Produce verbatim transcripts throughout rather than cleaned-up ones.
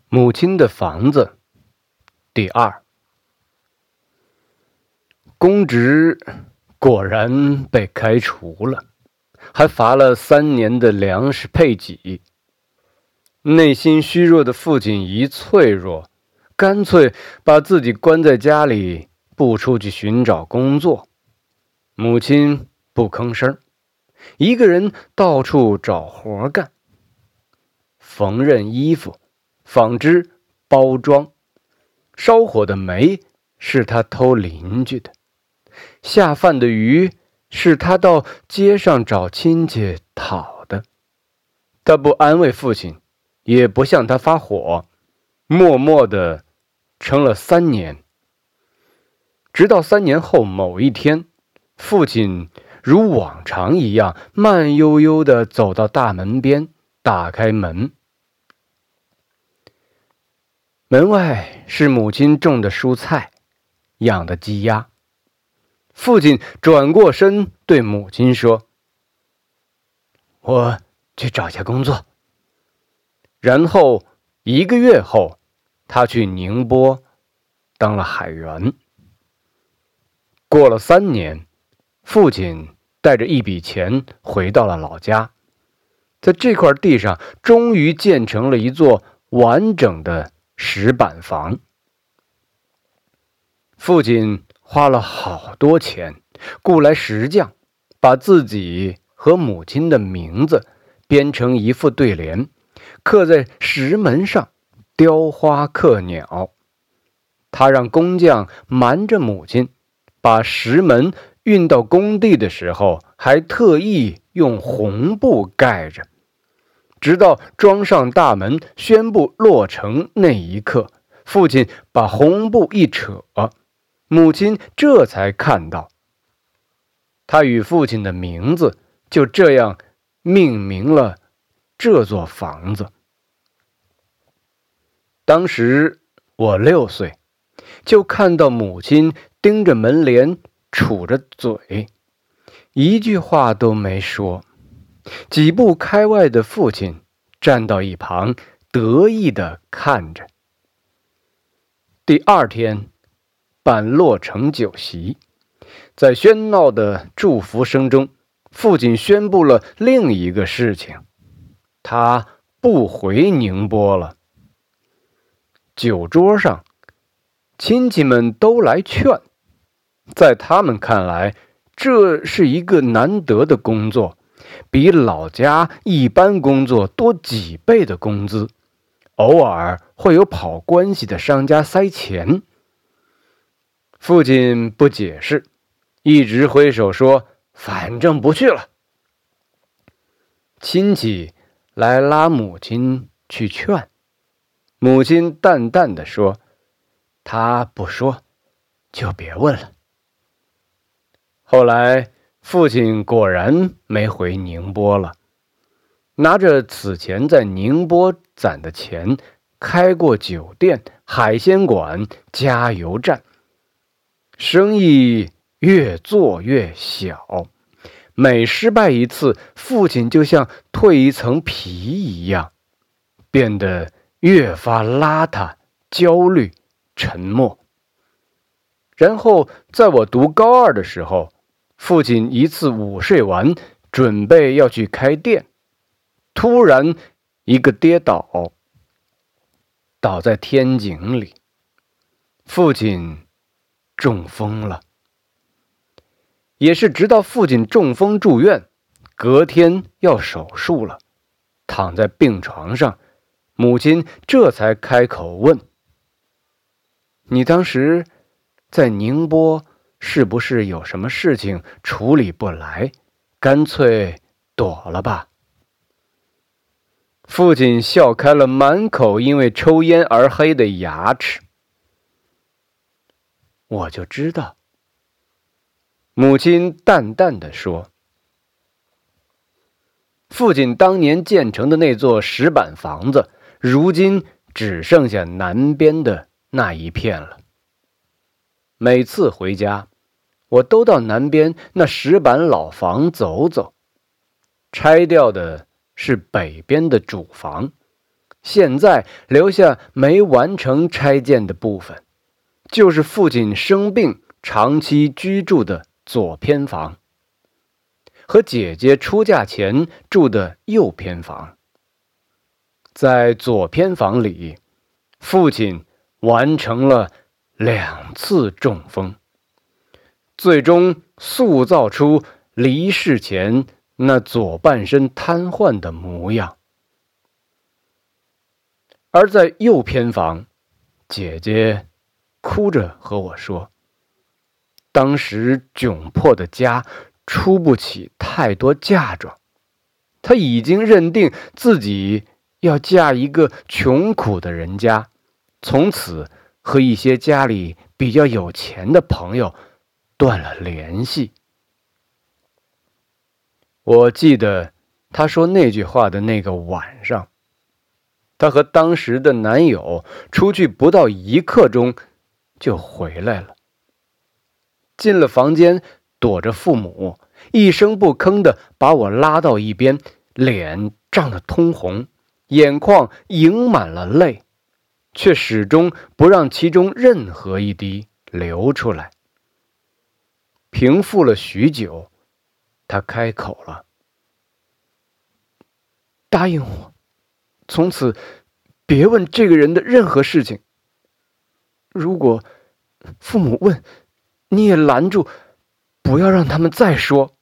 母亲的房子第二。公职果然被开除了，还罚了三年的粮食配给。内心虚弱的父亲一脆弱，干脆把自己关在家里，不出去寻找工作。母亲不吭声，一个人到处找活干，缝纫衣服，纺织，包装，烧火的煤是他偷邻居的，下饭的鱼是他到街上找亲戚讨的。他不安慰父亲，也不向他发火，默默地撑了三年。直到三年后某一天，父亲如往常一样慢悠悠地走到大门边，打开门。门外是母亲种的蔬菜，养的鸡鸭。父亲转过身对母亲说：“我去找下工作。”然后一个月后，他去宁波当了海员。过了三年，父亲带着一笔钱回到了老家，在这块地上终于建成了一座完整的石板房。父亲花了好多钱，雇来石匠，把自己和母亲的名字编成一副对联，刻在石门上，雕花刻鸟。他让工匠瞒着母亲，把石门运到工地的时候，还特意用红布盖着。直到装上大门，宣布落成那一刻，父亲把红布一扯，母亲这才看到。他与父亲的名字就这样命名了这座房子。当时我六岁，就看到母亲盯着门帘，杵着嘴，一句话都没说。几步开外的父亲站到一旁，得意地看着。第二天办落成酒席，在喧闹的祝福声中，父亲宣布了另一个事情：他不回宁波了。酒桌上，亲戚们都来劝，在他们看来，这是一个难得的工作，比老家一般工作多几倍的工资，偶尔会有跑关系的商家塞钱。父亲不解释，一直挥手说：“反正不去了。”亲戚来拉母亲去劝，母亲淡淡地说：“他不说，就别问了。”后来父亲果然没回宁波了，拿着此前在宁波攒的钱，开过酒店、海鲜馆、加油站，生意越做越小。每失败一次，父亲就像蜕一层皮一样，变得越发邋遢、焦虑、沉默。然后在我读高二的时候，父亲一次午睡完，准备要去开店，突然一个跌倒，倒在天井里。父亲中风了。也是直到父亲中风住院，隔天要手术了，躺在病床上，母亲这才开口问：“你当时在宁波是不是有什么事情处理不来，干脆躲了吧？”父亲笑开了满口因为抽烟而黑的牙齿。我就知道。母亲淡淡地说：“父亲当年建成的那座石板房子，如今只剩下南边的那一片了。每次回家，我都到南边那石板老房走走。拆掉的是北边的主房， 现在留下没完成拆建的部分，就是父亲生病长期居住的左偏房，和姐姐出嫁前住的右偏房。在左偏房里，父亲完成了两次中风，最终塑造出离世前那左半身瘫痪的模样。而在右偏房，姐姐哭着和我说，当时窘迫的家出不起太多嫁妆，她已经认定自己要嫁一个穷苦的人家，从此和一些家里比较有钱的朋友断了联系。我记得她说那句话的那个晚上，她和当时的男友出去不到一刻钟就回来了，进了房间躲着父母，一声不吭地把我拉到一边，脸涨得通红，眼眶盈满了泪，却始终不让其中任何一滴流出来。平复了许久，她开口了，答应我，从此别问这个人的任何事情。如果父母问，你也拦住，不要让他们再说。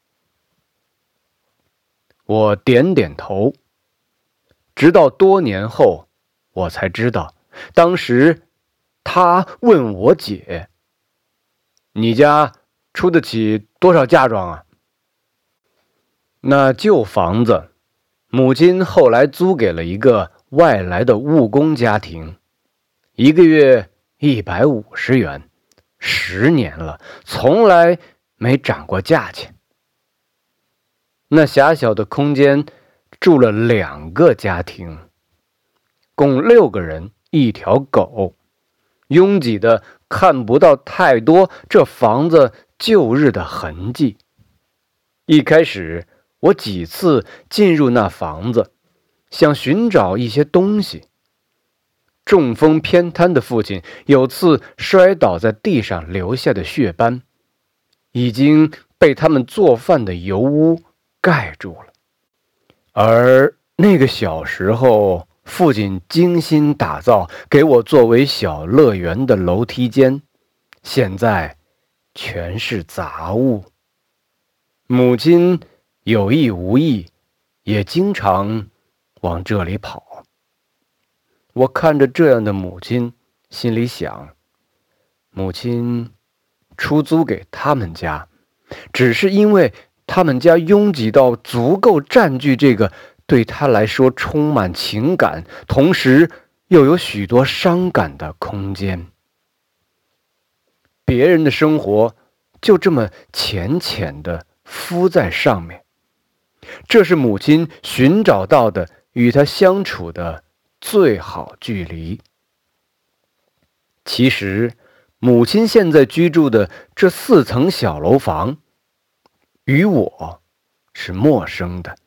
我点点头，直到多年后，我才知道，当时他问我姐，你家出得起多少嫁妆啊？那旧房子，母亲后来租给了一个外来的务工家庭，一个月一百五十元，十年了，从来没涨过价钱。那狭小的空间住了两个家庭，共六个人，一条狗，拥挤的看不到太多这房子旧日的痕迹。一开始我几次进入那房子，想寻找一些东西。中风偏瘫的父亲有次摔倒在地上留下的血斑，已经被他们做饭的油污盖住了。而那个小时候父亲精心打造给我作为小乐园的楼梯间，现在全是杂物。母亲有意无意也经常往这里跑。我看着这样的母亲，心里想，母亲出租给他们家，只是因为他们家拥挤到足够占据这个对他来说充满情感，同时又有许多伤感的空间。别人的生活就这么浅浅地敷在上面，这是母亲寻找到的与他相处的最好距离。其实，母亲现在居住的这四层小楼房，与我是陌生的。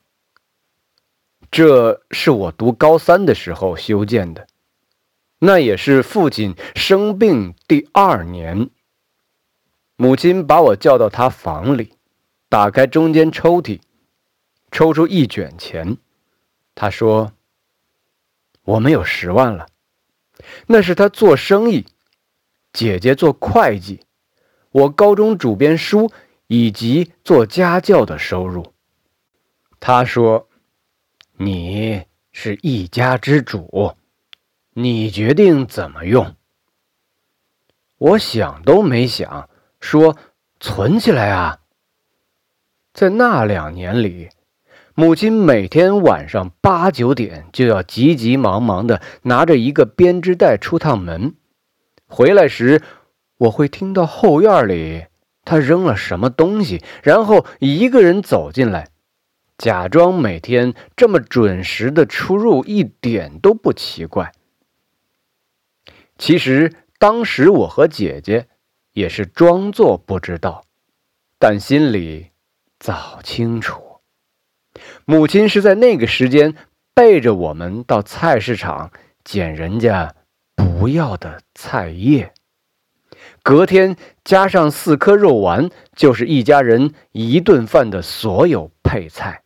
这是我读高三的时候修建的，那也是父亲生病第二年。母亲把我叫到她房里，打开中间抽屉，抽出一卷钱。她说，我们有十万了，那是她做生意，姐姐做会计，我高中主编书以及做家教的收入。她说，你是一家之主，你决定怎么用。我想都没想，说存起来啊。在那两年里，母亲每天晚上八九点就要急急忙忙地拿着一个编织袋出趟门，回来时我会听到后院里她扔了什么东西，然后一个人走进来，假装每天这么准时的出入一点都不奇怪。其实当时我和姐姐也是装作不知道，但心里早清楚，母亲是在那个时间背着我们到菜市场捡人家不要的菜叶。隔天加上四颗肉丸，就是一家人一顿饭的所有配菜。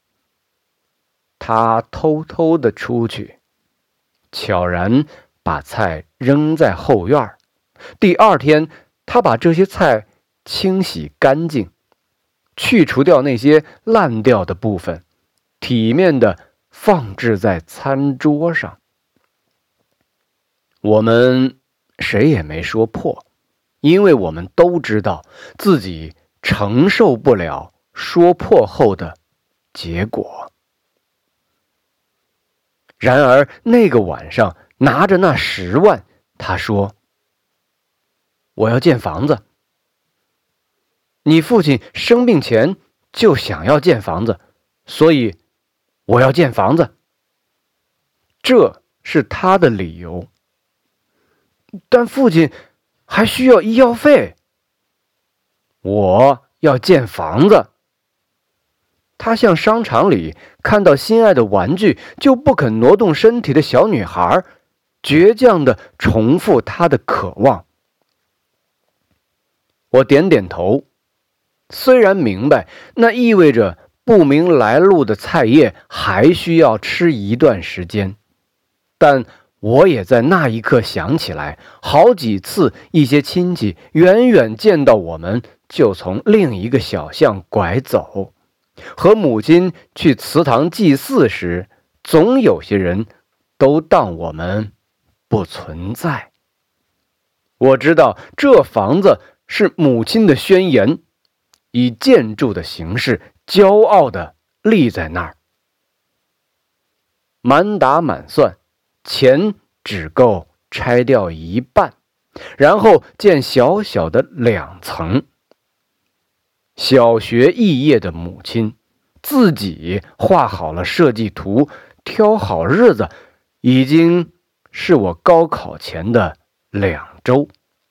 他偷偷地出去，悄然把菜扔在后院。第二天，他把这些菜清洗干净，去除掉那些烂掉的部分，体面地放置在餐桌上。我们谁也没说破，因为我们都知道自己承受不了说破后的结果。然而那个晚上，拿着那十万，他说：“我要建房子。你父亲生病前就想要建房子，所以我要建房子。”这是他的理由。但父亲还需要医药费。我要建房子。他像商场里看到心爱的玩具就不肯挪动身体的小女孩，倔强地重复他的渴望。我点点头，虽然明白那意味着不明来路的菜叶还需要吃一段时间，但我也在那一刻想起来，好几次一些亲戚远远见到我们就从另一个小巷拐走。和母亲去祠堂祭祀时，总有些人都当我们不存在。我知道这房子是母亲的宣言，以建筑的形式骄傲地立在那儿。满打满算，钱只够拆掉一半，然后建小小的两层。小学肄业的母亲自己画好了设计图，挑好日子，已经是我高考前的两周。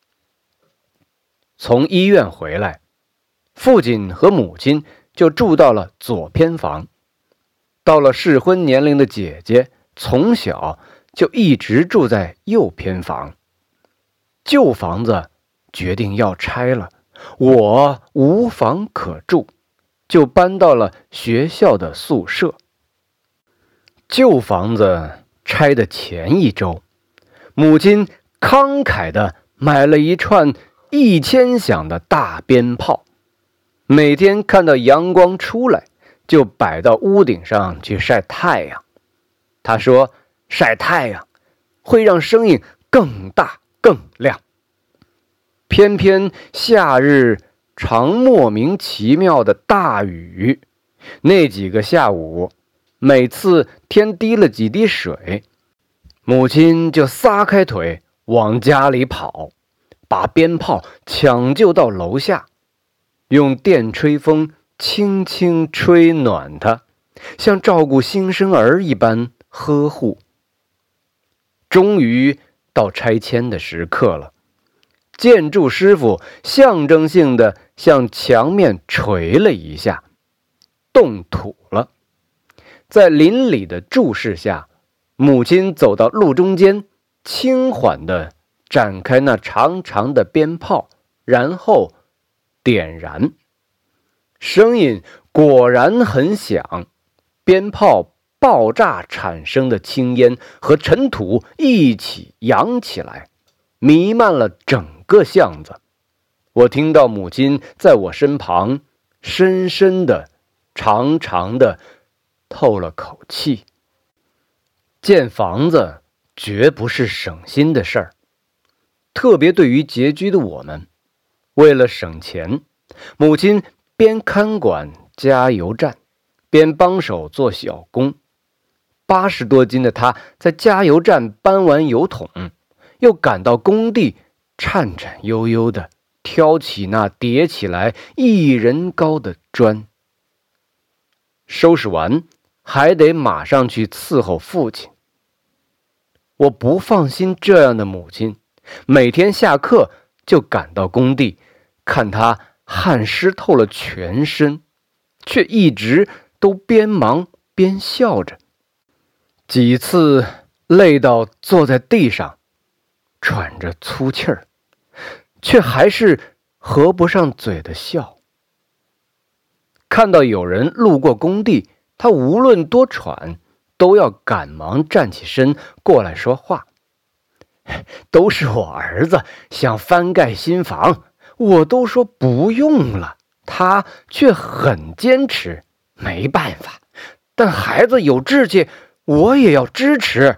从医院回来，父亲和母亲就住到了左偏房。到了适婚年龄的姐姐，从小就一直住在右偏房。旧房子决定要拆了，我无房可住，就搬到了学校的宿舍。旧房子拆的前一周，母亲慷慨地买了一串一千响的大鞭炮，每天看到阳光出来，就摆到屋顶上去晒太阳。她说，晒太阳会让声音更大更亮。偏偏夏日常莫名其妙的大雨，那几个下午，每次天滴了几滴水，母亲就撒开腿往家里跑，把鞭炮抢救到楼下，用电吹风轻轻吹暖它，像照顾新生儿一般呵护。终于到拆迁的时刻了，建筑师傅象征性地向墙面捶了一下，动土了。在邻里的注视下，母亲走到路中间，轻缓地展开那长长的鞭炮，然后点燃。声音果然很响，鞭炮爆炸产生的青烟和尘土一起扬起来，弥漫了整个巷子。我听到母亲在我身旁深深的、长长的透了口气。建房子绝不是省心的事儿，特别对于拮据的我们。为了省钱，母亲边看管加油站，边帮手做小工。八十多斤的她在加油站搬完油桶，又赶到工地，颤颤悠悠地挑起那叠起来一人高的砖。收拾完，还得马上去伺候父亲。我不放心这样的母亲，每天下课就赶到工地，看她汗湿透了全身，却一直都边忙边笑着。 几次累到坐在地上，喘着粗气儿，却还是合不上嘴的笑。看到有人路过工地，他无论多喘，都要赶忙站起身过来说话。都是我儿子想翻盖新房，我都说不用了，他却很坚持。没办法，但孩子有志气，我也要支持。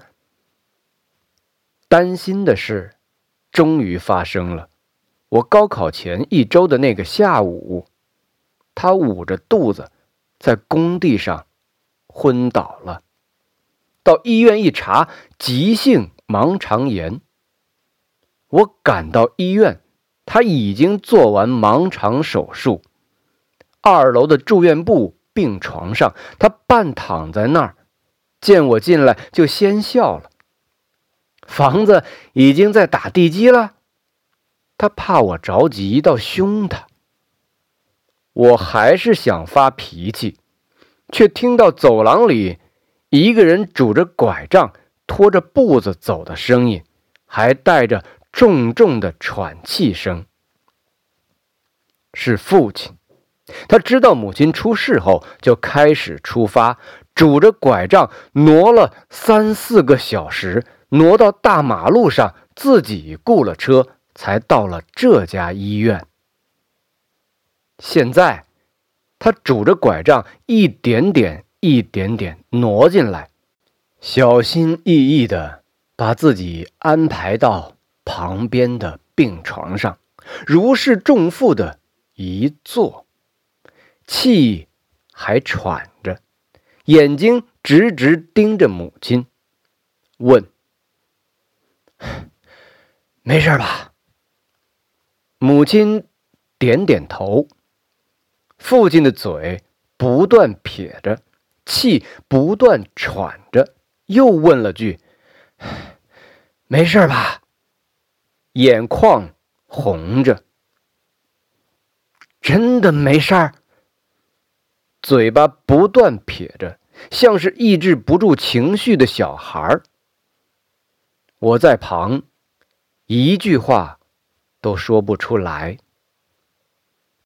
担心的事终于发生了。我高考前一周的那个下午，他捂着肚子在工地上昏倒了。到医院一查，急性盲肠炎。我赶到医院，他已经做完盲肠手术。二楼的住院部病床上，他半躺在那儿，见我进来就先笑了。房子已经在打地基了，他怕我着急到凶他。我还是想发脾气，却听到走廊里一个人拄着拐杖拖着步子走的声音，还带着重重的喘气声。是父亲。他知道母亲出事后，就开始出发，拄着拐杖挪了三四个小时，挪到大马路上，自己雇了车，才到了这家医院。现在他拄着拐杖一点点一点点挪进来，小心翼翼地把自己安排到旁边的病床上，如释重负的一坐，气还喘着，眼睛直直盯着母亲，问：没事吧？母亲点点头。父亲的嘴不断撇着，气不断喘着，又问了句：没事吧？眼眶红着。真的没事儿？嘴巴不断撇着，像是抑制不住情绪的小孩。我在旁一句话都说不出来。